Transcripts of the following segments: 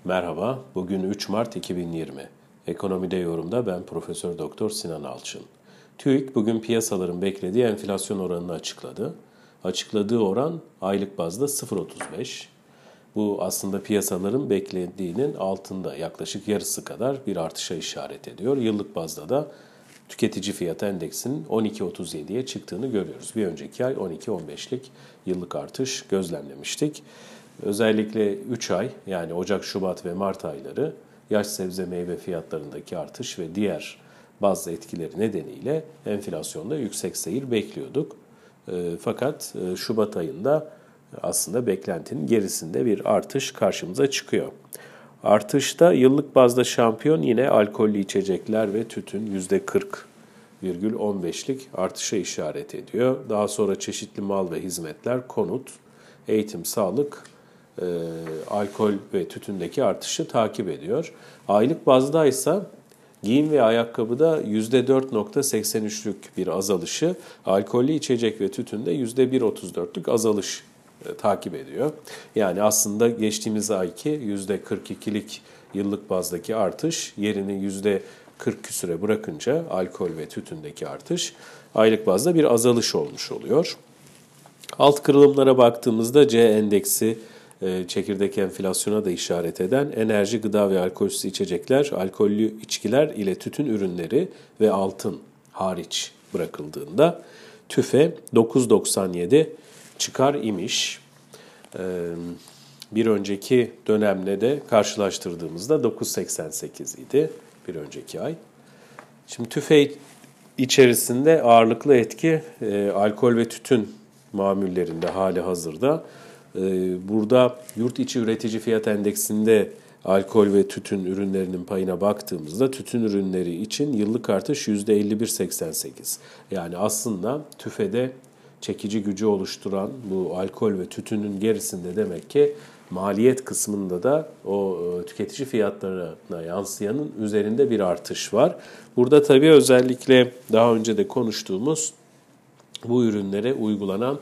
Merhaba, bugün 3 Mart 2020. Ekonomide yorumda ben Profesör Doktor Sinan Alçın. TÜİK bugün piyasaların beklediği enflasyon oranını açıkladı. Açıkladığı oran aylık bazda 0,35. Bu aslında piyasaların beklediğinin altında yaklaşık yarısı kadar bir artışa işaret ediyor. Yıllık bazda da tüketici fiyat endeksinin 12,37'ye çıktığını görüyoruz. Bir önceki ay 12,15'lik yıllık artış gözlemlemiştik. Özellikle 3 ay yani Ocak, Şubat ve Mart ayları yaş sebze meyve fiyatlarındaki artış ve diğer bazı etkileri nedeniyle enflasyonda yüksek seyir bekliyorduk. Fakat Şubat ayında aslında beklentinin gerisinde bir artış karşımıza çıkıyor. Artışta yıllık bazda şampiyon yine alkollü içecekler ve tütün %40,15'lik artışa işaret ediyor. Daha sonra çeşitli mal ve hizmetler, konut, eğitim, sağlık, alkol ve tütündeki artışı takip ediyor. Aylık bazda ise giyim ve ayakkabıda %4,83'lük bir azalışı, alkollü içecek ve tütünde %1,34'lük azalış takip ediyor. Yani aslında geçtiğimiz ayki %42'lik yıllık bazdaki artış yerini %40 küsüre bırakınca alkol ve tütündeki artış aylık bazda bir azalış olmuş oluyor. Alt kırılımlara baktığımızda C endeksi çekirdek enflasyona da işaret eden enerji, gıda ve alkolsüz içecekler, alkollü içkiler ile tütün ürünleri ve altın hariç bırakıldığında tüfe 9,97 çıkar imiş. Bir önceki dönemle de karşılaştırdığımızda 9,88 idi bir önceki ay. Şimdi tüfe içerisinde ağırlıklı etki alkol ve tütün mamullerinde hali hazırda. Burada yurt içi üretici fiyat endeksinde alkol ve tütün ürünlerinin payına baktığımızda tütün ürünleri için yıllık artış %51,88. Yani aslında tüfede çekici gücü oluşturan bu alkol ve tütünün gerisinde demek ki maliyet kısmında da o tüketici fiyatlarına yansıyanın üzerinde bir artış var. Burada tabii özellikle daha önce de konuştuğumuz bu ürünlere uygulanan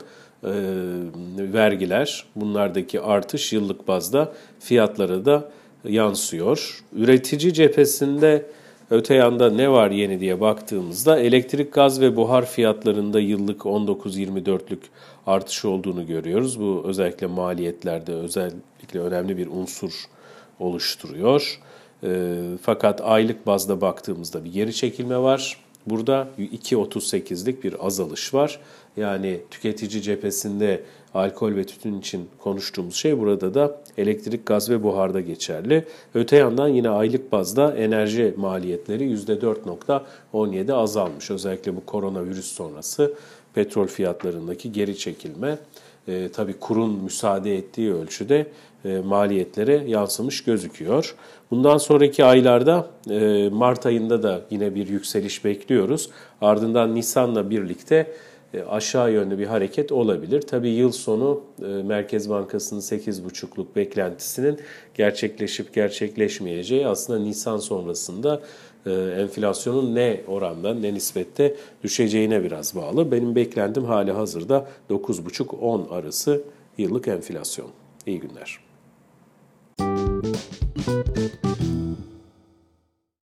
vergiler, bunlardaki artış yıllık bazda fiyatlara da yansıyor. Üretici cephesinde öte yanda ne var yeni diye baktığımızda elektrik, gaz ve buhar fiyatlarında yıllık 19,24'lük artış olduğunu görüyoruz. Bu özellikle maliyetlerde özellikle önemli bir unsur oluşturuyor. Fakat aylık bazda baktığımızda bir geri çekilme var. Burada 2,38'lik bir azalış var. Yani tüketici cephesinde alkol ve tütün için konuştuğumuz şey burada da elektrik, gaz ve buharda geçerli. Öte yandan yine aylık bazda enerji maliyetleri %4,17 azalmış. Özellikle bu koronavirüs sonrası petrol fiyatlarındaki geri çekilme tabii kurun müsaade ettiği ölçüde maliyetlere yansımış gözüküyor. Bundan sonraki aylarda Mart ayında da yine bir yükseliş bekliyoruz. Ardından Nisan'la birlikte aşağı yönlü bir hareket olabilir. Tabii yıl sonu Merkez Bankası'nın 8,5'luk beklentisinin gerçekleşip gerçekleşmeyeceği aslında Nisan sonrasında enflasyonun ne oranda ne nispette düşeceğine biraz bağlı. Benim beklentim hali hazırda 9,5-10 arası yıllık enflasyon. İyi günler.